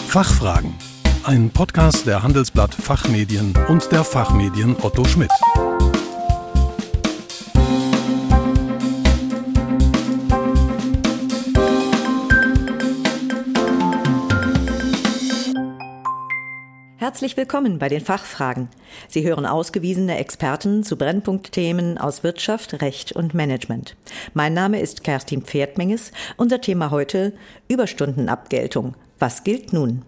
Fachfragen. Ein Podcast der Handelsblatt Fachmedien und der Fachmedien Otto Schmidt. Herzlich willkommen bei den Fachfragen. Sie hören ausgewiesene Experten zu Brennpunktthemen aus Wirtschaft, Recht und Management. Mein Name ist Kerstin Pferdmenges. Unser Thema heute: Überstundenabgeltung. Was gilt nun?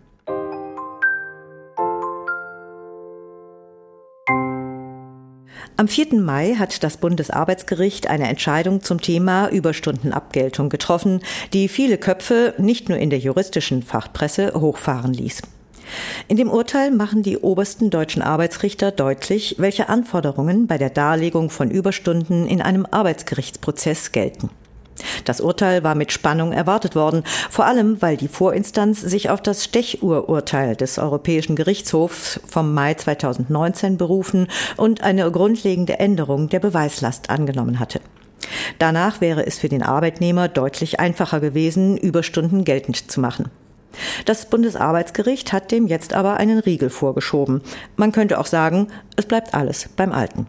Am 4. Mai hat das Bundesarbeitsgericht eine Entscheidung zum Thema Überstundenabgeltung getroffen, die viele Köpfe, nicht nur in der juristischen Fachpresse, hochfahren ließ. In dem Urteil machen die obersten deutschen Arbeitsrichter deutlich, welche Anforderungen bei der Darlegung von Überstunden in einem Arbeitsgerichtsprozess gelten. Das Urteil war mit Spannung erwartet worden, vor allem weil die Vorinstanz sich auf das Stechuhrurteil des Europäischen Gerichtshofs vom Mai 2019 berufen und eine grundlegende Änderung der Beweislast angenommen hatte. Danach wäre es für den Arbeitnehmer deutlich einfacher gewesen, Überstunden geltend zu machen. Das Bundesarbeitsgericht hat dem jetzt aber einen Riegel vorgeschoben. Man könnte auch sagen, es bleibt alles beim Alten.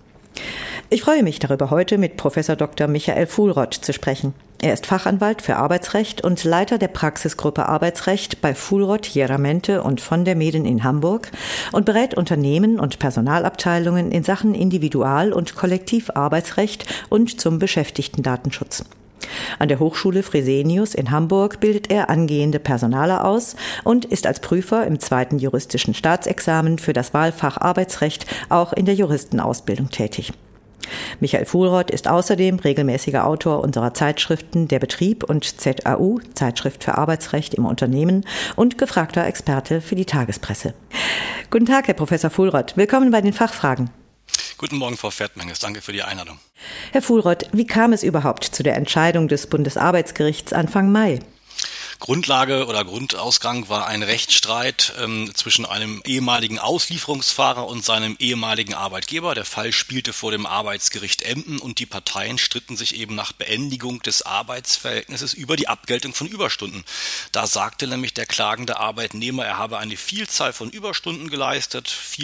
Ich freue mich darüber, heute mit Professor Dr. Michael Fuhlrott zu sprechen. Er ist Fachanwalt für Arbeitsrecht und Leiter der Praxisgruppe Arbeitsrecht bei Fuhlrott, Jeramente und von der Meden in Hamburg und berät Unternehmen und Personalabteilungen in Sachen Individual- und Kollektivarbeitsrecht und zum Beschäftigtendatenschutz. An der Hochschule Fresenius in Hamburg bildet er angehende Personaler aus und ist als Prüfer im 2. juristischen Staatsexamen für das Wahlfach Arbeitsrecht auch in der Juristenausbildung tätig. Michael Fuhlrott ist außerdem regelmäßiger Autor unserer Zeitschriften Der Betrieb und ZAU, Zeitschrift für Arbeitsrecht im Unternehmen, und gefragter Experte für die Tagespresse. Guten Tag, Herr Professor Fuhlrott. Willkommen bei den Fachfragen. Guten Morgen, Frau Pferdmenges. Danke für die Einladung. Herr Fuhlrott, wie kam es überhaupt zu der Entscheidung des Bundesarbeitsgerichts Anfang Mai? Grundlage oder Grundausgang war ein Rechtsstreit zwischen einem ehemaligen Auslieferungsfahrer und seinem ehemaligen Arbeitgeber. Der Fall spielte vor dem Arbeitsgericht Emden und die Parteien stritten sich eben nach Beendigung des Arbeitsverhältnisses über die Abgeltung von Überstunden. Da sagte nämlich der klagende Arbeitnehmer, er habe eine Vielzahl von Überstunden geleistet,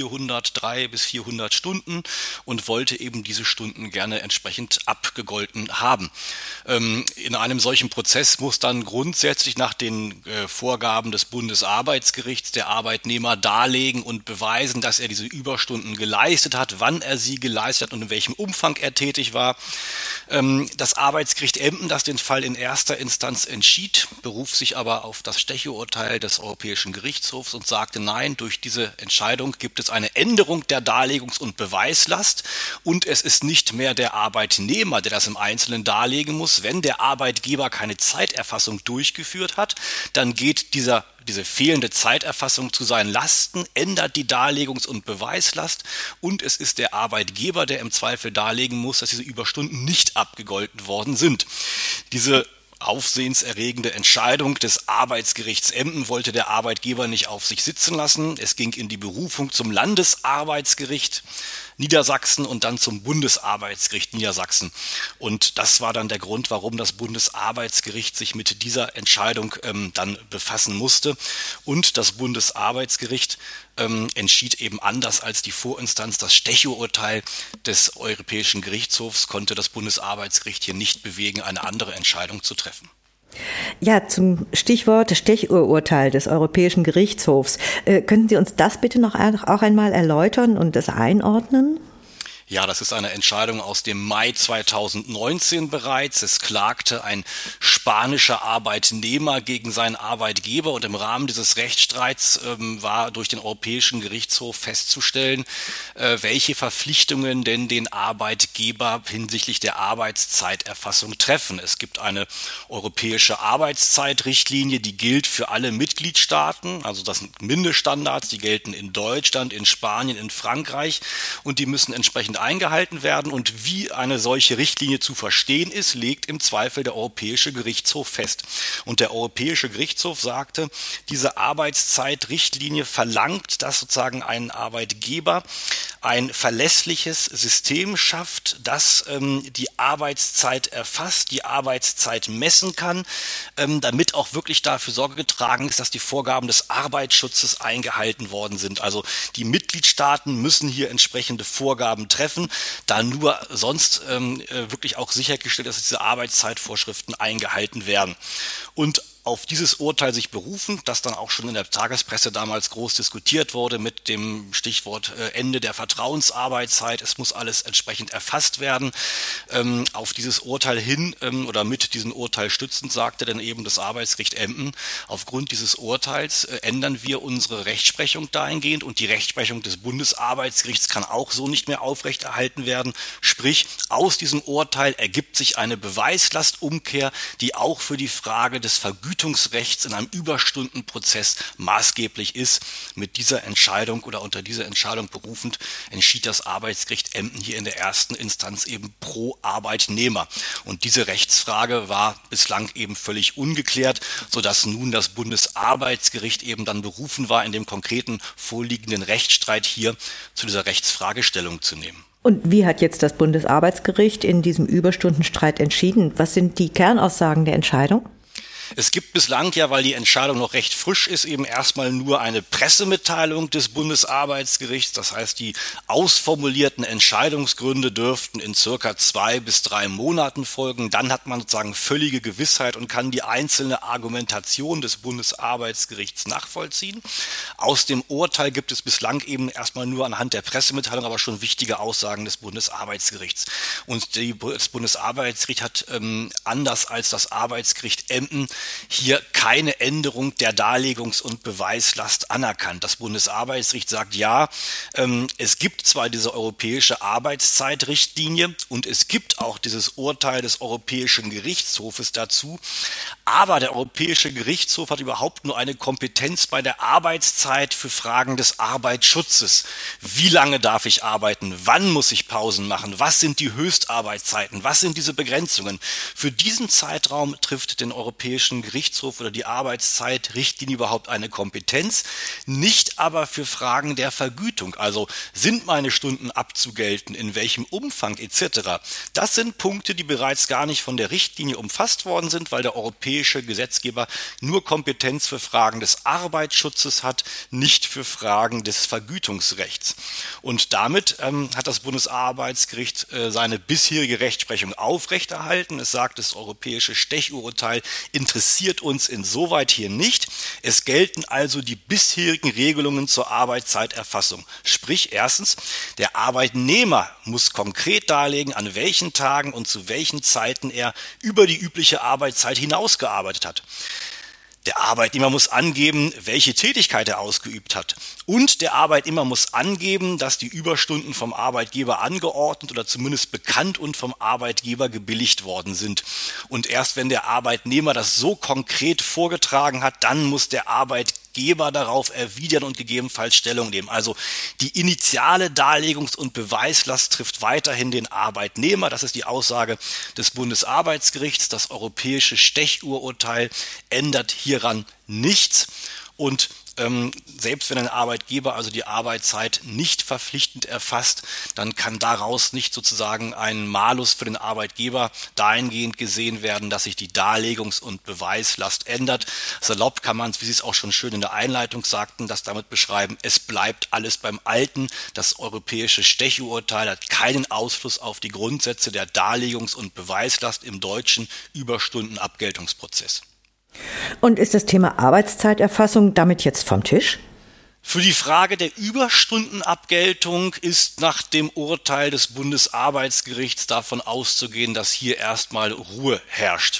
403 bis 400 Stunden, und wollte eben diese Stunden gerne entsprechend abgegolten haben. In einem solchen Prozess muss dann grundsätzlich nach den Vorgaben des Bundesarbeitsgerichts der Arbeitnehmer darlegen und beweisen, dass er diese Überstunden geleistet hat, wann er sie geleistet hat und in welchem Umfang er tätig war. Das Arbeitsgericht Emden, das den Fall in erster Instanz entschied, beruf sich aber auf das Stechuhrurteil des Europäischen Gerichtshofs und sagte, nein, durch diese Entscheidung gibt es eine Änderung der Darlegungs- und Beweislast und es ist nicht mehr der Arbeitnehmer, der das im Einzelnen darlegen muss. Wenn der Arbeitgeber keine Zeiterfassung durchgeführt hat, dann geht diese fehlende Zeiterfassung zu seinen Lasten, ändert die Darlegungs- und Beweislast und es ist der Arbeitgeber, der im Zweifel darlegen muss, dass diese Überstunden nicht abgegolten worden sind. Diese aufsehenserregende Entscheidung des Arbeitsgerichts Emden wollte der Arbeitgeber nicht auf sich sitzen lassen. Es ging in die Berufung zum Landesarbeitsgericht Niedersachsen und dann zum Bundesarbeitsgericht Niedersachsen. Und das war dann der Grund, warum das Bundesarbeitsgericht sich mit dieser Entscheidung dann befassen musste. Und das Bundesarbeitsgericht entschied eben anders als die Vorinstanz. Das Stechuhrurteil des Europäischen Gerichtshofs konnte das Bundesarbeitsgericht hier nicht bewegen, eine andere Entscheidung zu treffen. Ja, zum Stichwort Stechuhrurteil des Europäischen Gerichtshofs. Könnten Sie uns das bitte noch auch einmal erläutern und das einordnen? Ja, das ist eine Entscheidung aus dem Mai 2019 bereits. Es klagte ein spanischer Arbeitnehmer gegen seinen Arbeitgeber und im Rahmen dieses Rechtsstreits war durch den Europäischen Gerichtshof festzustellen, welche Verpflichtungen denn den Arbeitgeber hinsichtlich der Arbeitszeiterfassung treffen. Es gibt eine europäische Arbeitszeitrichtlinie, die gilt für alle Mitgliedstaaten. Also das sind Mindeststandards, die gelten in Deutschland, in Spanien, in Frankreich und die müssen entsprechend entsprechend eingehalten werden. Und wie eine solche Richtlinie zu verstehen ist, legt im Zweifel der Europäische Gerichtshof fest. Und der Europäische Gerichtshof sagte, diese Arbeitszeitrichtlinie verlangt, dass sozusagen ein Arbeitgeber ein verlässliches System schafft, das die Arbeitszeit erfasst, die Arbeitszeit messen kann, damit auch wirklich dafür Sorge getragen ist, dass die Vorgaben des Arbeitsschutzes eingehalten worden sind. Also die Mitgliedstaaten müssen hier entsprechende Vorgaben treffen, da nur sonst wirklich auch sichergestellt ist, dass diese Arbeitszeitvorschriften eingehalten werden. Und auf dieses Urteil sich berufen, das dann auch schon in der Tagespresse damals groß diskutiert wurde mit dem Stichwort Ende der Vertrauensarbeitszeit. Es muss alles entsprechend erfasst werden. Auf dieses Urteil hin oder mit diesem Urteil stützend sagte dann eben das Arbeitsgericht Emden, aufgrund dieses Urteils ändern wir unsere Rechtsprechung dahingehend und die Rechtsprechung des Bundesarbeitsgerichts kann auch so nicht mehr aufrechterhalten werden. Sprich, aus diesem Urteil ergibt sich eine Beweislastumkehr, die auch für die Frage des Vergütungsrechts in einem Überstundenprozess maßgeblich ist. Mit dieser Entscheidung oder unter dieser Entscheidung berufend entschied das Arbeitsgericht Emden hier in der ersten Instanz eben pro Arbeitnehmer. Und diese Rechtsfrage war bislang eben völlig ungeklärt, sodass nun das Bundesarbeitsgericht eben dann berufen war, in dem konkreten vorliegenden Rechtsstreit hier zu dieser Rechtsfragestellung zu nehmen. Und wie hat jetzt das Bundesarbeitsgericht in diesem Überstundenstreit entschieden? Was sind die Kernaussagen der Entscheidung? Es gibt bislang ja, weil die Entscheidung noch recht frisch ist, eben erstmal nur eine Pressemitteilung des Bundesarbeitsgerichts. Das heißt, die ausformulierten Entscheidungsgründe dürften in circa 2 bis 3 Monaten folgen. Dann hat man sozusagen völlige Gewissheit und kann die einzelne Argumentation des Bundesarbeitsgerichts nachvollziehen. Aus dem Urteil gibt es bislang eben erstmal nur anhand der Pressemitteilung aber schon wichtige Aussagen des Bundesarbeitsgerichts. Und das Bundesarbeitsgericht hat anders als das Arbeitsgericht Emden hier keine Änderung der Darlegungs- und Beweislast anerkannt. Das Bundesarbeitsgericht sagt, ja, es gibt zwar diese europäische Arbeitszeitrichtlinie und es gibt auch dieses Urteil des Europäischen Gerichtshofes dazu, aber der Europäische Gerichtshof hat überhaupt nur eine Kompetenz bei der Arbeitszeit für Fragen des Arbeitsschutzes. Wie lange darf ich arbeiten? Wann muss ich Pausen machen? Was sind die Höchstarbeitszeiten? Was sind diese Begrenzungen? Für diesen Zeitraum trifft den Europäischen Gerichtshof oder die Arbeitszeitrichtlinie überhaupt eine Kompetenz, nicht aber für Fragen der Vergütung. Also sind meine Stunden abzugelten, in welchem Umfang etc. Das sind Punkte, die bereits gar nicht von der Richtlinie umfasst worden sind, weil der europäische Gesetzgeber nur Kompetenz für Fragen des Arbeitsschutzes hat, nicht für Fragen des Vergütungsrechts. Und damit hat das Bundesarbeitsgericht seine bisherige Rechtsprechung aufrechterhalten. Es sagt, das europäische Stechuhrurteil interessiert uns insoweit hier nicht. Es gelten also die bisherigen Regelungen zur Arbeitszeiterfassung. Sprich, erstens, der Arbeitnehmer muss konkret darlegen, an welchen Tagen und zu welchen Zeiten er über die übliche Arbeitszeit hinausgearbeitet hat. Der Arbeitnehmer muss angeben, welche Tätigkeit er ausgeübt hat. Und der Arbeitnehmer muss angeben, dass die Überstunden vom Arbeitgeber angeordnet oder zumindest bekannt und vom Arbeitgeber gebilligt worden sind. Und erst wenn der Arbeitnehmer das so konkret vorgetragen hat, dann muss der Arbeitgeber darauf erwidern und gegebenenfalls Stellung nehmen. Also die initiale Darlegungs- und Beweislast trifft weiterhin den Arbeitnehmer. Das ist die Aussage des Bundesarbeitsgerichts. Das europäische Stechuhrurteil ändert hieran nichts. Und selbst wenn ein Arbeitgeber also die Arbeitszeit nicht verpflichtend erfasst, dann kann daraus nicht sozusagen ein Malus für den Arbeitgeber dahingehend gesehen werden, dass sich die Darlegungs- und Beweislast ändert. Salopp kann man, wie Sie es auch schon schön in der Einleitung sagten, das damit beschreiben, es bleibt alles beim Alten. Das europäische Stechuhrurteil hat keinen Ausfluss auf die Grundsätze der Darlegungs- und Beweislast im deutschen Überstundenabgeltungsprozess. Und ist das Thema Arbeitszeiterfassung damit jetzt vom Tisch? Für die Frage der Überstundenabgeltung ist nach dem Urteil des Bundesarbeitsgerichts davon auszugehen, dass hier erstmal Ruhe herrscht.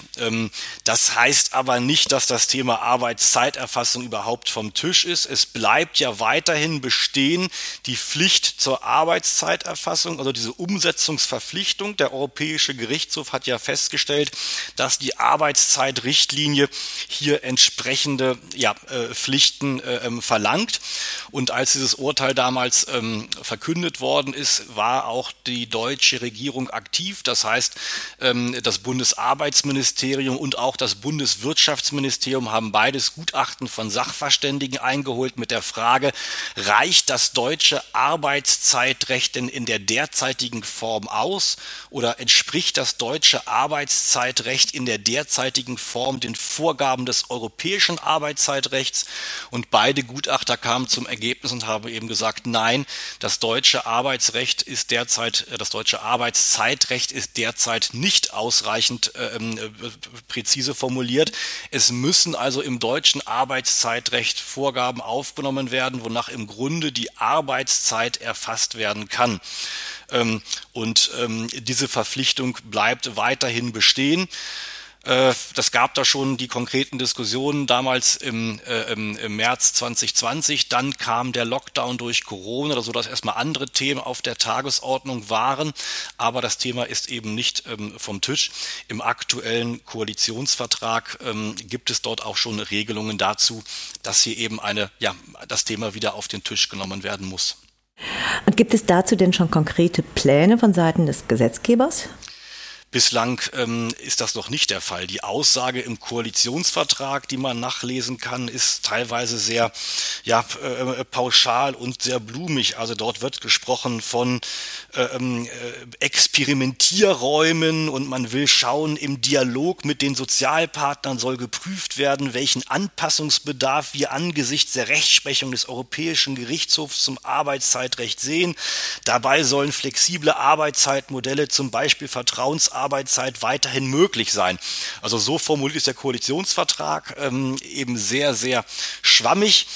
Das heißt aber nicht, dass das Thema Arbeitszeiterfassung überhaupt vom Tisch ist. Es bleibt ja weiterhin bestehen die Pflicht zur Arbeitszeiterfassung, also diese Umsetzungsverpflichtung. Der Europäische Gerichtshof hat ja festgestellt, dass die Arbeitszeitrichtlinie hier entsprechende Pflichten verlangt. Und als dieses Urteil damals verkündet worden ist, war auch die deutsche Regierung aktiv. Das heißt, das Bundesarbeitsministerium und auch das Bundeswirtschaftsministerium haben beides Gutachten von Sachverständigen eingeholt mit der Frage, reicht das deutsche Arbeitszeitrecht denn in der derzeitigen Form aus oder entspricht das deutsche Arbeitszeitrecht in der derzeitigen Form den Vorgaben des europäischen Arbeitszeitrechts? Und beide Gutachter kamen zum Ergebnis und haben eben gesagt, nein, das deutsche Arbeitszeitrecht ist derzeit nicht ausreichend präzise formuliert. Es müssen also im deutschen Arbeitszeitrecht Vorgaben aufgenommen werden, wonach im Grunde die Arbeitszeit erfasst werden kann. Und diese Verpflichtung bleibt weiterhin bestehen. Das gab da schon die konkreten Diskussionen damals im März 2020. Dann kam der Lockdown durch Corona, sodass erstmal andere Themen auf der Tagesordnung waren. Aber das Thema ist eben nicht vom Tisch. Im aktuellen Koalitionsvertrag gibt es dort auch schon Regelungen dazu, dass hier eben das Thema wieder auf den Tisch genommen werden muss. Und gibt es dazu denn schon konkrete Pläne von Seiten des Gesetzgebers? Bislang ist das noch nicht der Fall. Die Aussage im Koalitionsvertrag, die man nachlesen kann, ist teilweise sehr pauschal und sehr blumig. Also dort wird gesprochen von Experimentierräumen und man will schauen, im Dialog mit den Sozialpartnern soll geprüft werden, welchen Anpassungsbedarf wir angesichts der Rechtsprechung des Europäischen Gerichtshofs zum Arbeitszeitrecht sehen. Dabei sollen flexible Arbeitszeitmodelle, zum Beispiel Vertrauensarbeitszeit, weiterhin möglich sein. Also so formuliert ist der Koalitionsvertrag, eben sehr, sehr schwammig.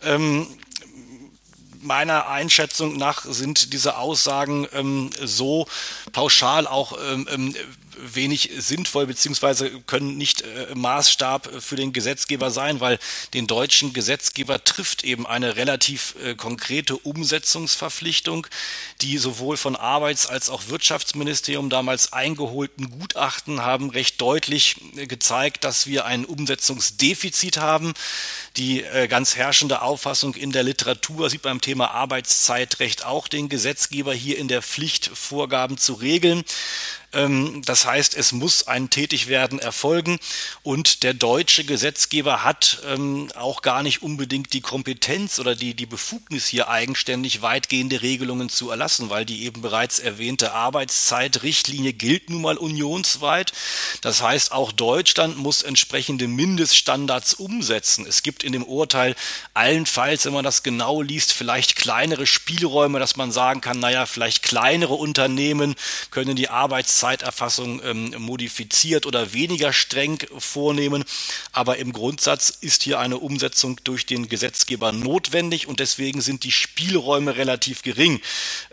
Meiner Einschätzung nach sind diese Aussagen so pauschal auch wenig sinnvoll beziehungsweise können nicht Maßstab für den Gesetzgeber sein, weil den deutschen Gesetzgeber trifft eben eine relativ konkrete Umsetzungsverpflichtung, die sowohl von Arbeits- als auch Wirtschaftsministerium damals eingeholten Gutachten haben recht deutlich gezeigt, dass wir ein Umsetzungsdefizit haben. Die ganz herrschende Auffassung in der Literatur sieht beim Thema Arbeitszeitrecht auch den Gesetzgeber hier in der Pflicht, Vorgaben zu regeln. Das heißt, es muss ein Tätigwerden erfolgen und der deutsche Gesetzgeber hat auch gar nicht unbedingt die Kompetenz oder die Befugnis, hier eigenständig weitgehende Regelungen zu erlassen, weil die eben bereits erwähnte Arbeitszeitrichtlinie gilt nun mal unionsweit. Das heißt, auch Deutschland muss entsprechende Mindeststandards umsetzen. Es gibt in dem Urteil allenfalls, wenn man das genau liest, vielleicht kleinere Spielräume, dass man sagen kann, vielleicht kleinere Unternehmen können die Arbeitszeiterfassung modifiziert oder weniger streng vornehmen. Aber im Grundsatz ist hier eine Umsetzung durch den Gesetzgeber notwendig und deswegen sind die Spielräume relativ gering.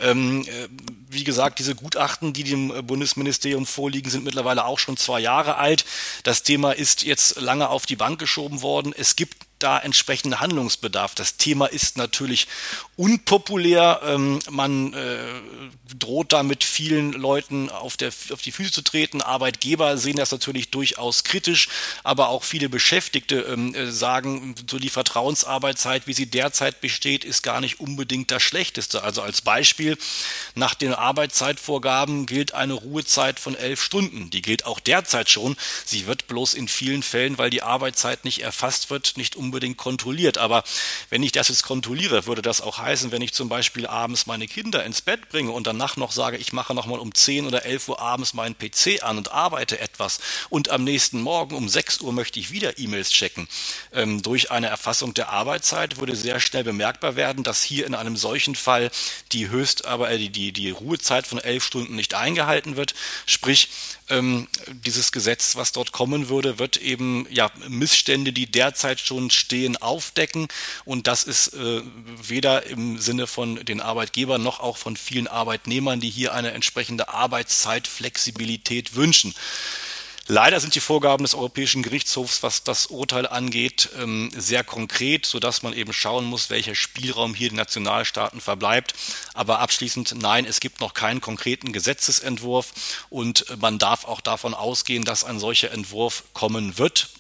Wie gesagt, diese Gutachten, die dem Bundesministerium vorliegen, sind mittlerweile auch schon 2 Jahre alt. Das Thema ist jetzt lange auf die Bank geschoben worden. Es gibt da entsprechenden Handlungsbedarf. Das Thema ist natürlich unpopulär. Man droht damit vielen Leuten auf die Füße zu treten. Arbeitgeber sehen das natürlich durchaus kritisch, aber auch viele Beschäftigte sagen, so die Vertrauensarbeitszeit, wie sie derzeit besteht, ist gar nicht unbedingt das Schlechteste. Also als Beispiel, nach den Arbeitszeitvorgaben gilt eine Ruhezeit von 11 Stunden. Die gilt auch derzeit schon. Sie wird bloß in vielen Fällen, weil die Arbeitszeit nicht erfasst wird, nicht unbedingt kontrolliert. Aber wenn ich das jetzt kontrolliere, würde das auch heißen, wenn ich zum Beispiel abends meine Kinder ins Bett bringe und danach noch sage, ich mache nochmal um 10 oder 11 Uhr abends meinen PC an und arbeite etwas und am nächsten Morgen um 6 Uhr möchte ich wieder E-Mails checken. Durch eine Erfassung der Arbeitszeit würde sehr schnell bemerkbar werden, dass hier in einem solchen Fall die Ruhezeit von 11 Stunden nicht eingehalten wird. Sprich, dieses Gesetz, was dort kommen würde, wird eben Missstände, die derzeit schon stehen, aufdecken und das ist weder im Sinne von den Arbeitgebern noch auch von vielen Arbeitnehmern, die hier eine entsprechende Arbeitszeitflexibilität wünschen. Leider sind die Vorgaben des Europäischen Gerichtshofs, was das Urteil angeht, sehr konkret, sodass man eben schauen muss, welcher Spielraum hier den Nationalstaaten verbleibt. Aber abschließend, nein, es gibt noch keinen konkreten Gesetzesentwurf und man darf auch davon ausgehen, dass ein solcher Entwurf kommen wird.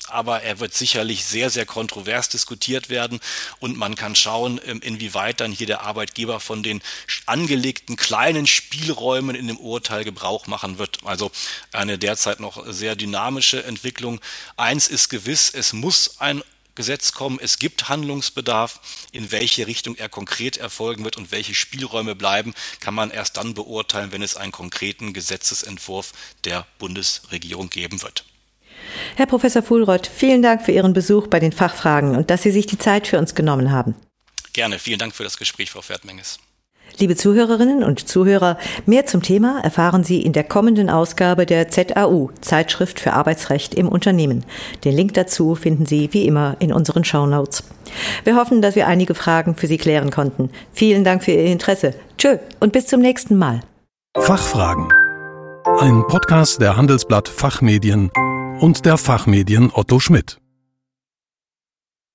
aber er wird sicherlich sehr, sehr kontrovers diskutiert werden und man kann schauen, inwieweit dann hier der Arbeitgeber von den angelegten kleinen Spielräumen in dem Urteil Gebrauch machen wird. Also eine derzeit noch sehr dynamische Entwicklung. Eins ist gewiss, es muss ein Gesetz kommen, es gibt Handlungsbedarf. In welche Richtung er konkret erfolgen wird und welche Spielräume bleiben, kann man erst dann beurteilen, wenn es einen konkreten Gesetzesentwurf der Bundesregierung geben wird. Herr Professor Fuhlrott, vielen Dank für Ihren Besuch bei den Fachfragen und dass Sie sich die Zeit für uns genommen haben. Gerne, vielen Dank für das Gespräch, Frau Pferdmenges. Liebe Zuhörerinnen und Zuhörer, mehr zum Thema erfahren Sie in der kommenden Ausgabe der ZAU, Zeitschrift für Arbeitsrecht im Unternehmen. Den Link dazu finden Sie wie immer in unseren Shownotes. Wir hoffen, dass wir einige Fragen für Sie klären konnten. Vielen Dank für Ihr Interesse. Tschö und bis zum nächsten Mal. Fachfragen. Ein Podcast der Handelsblatt Fachmedien und der Fachmedien Otto Schmidt.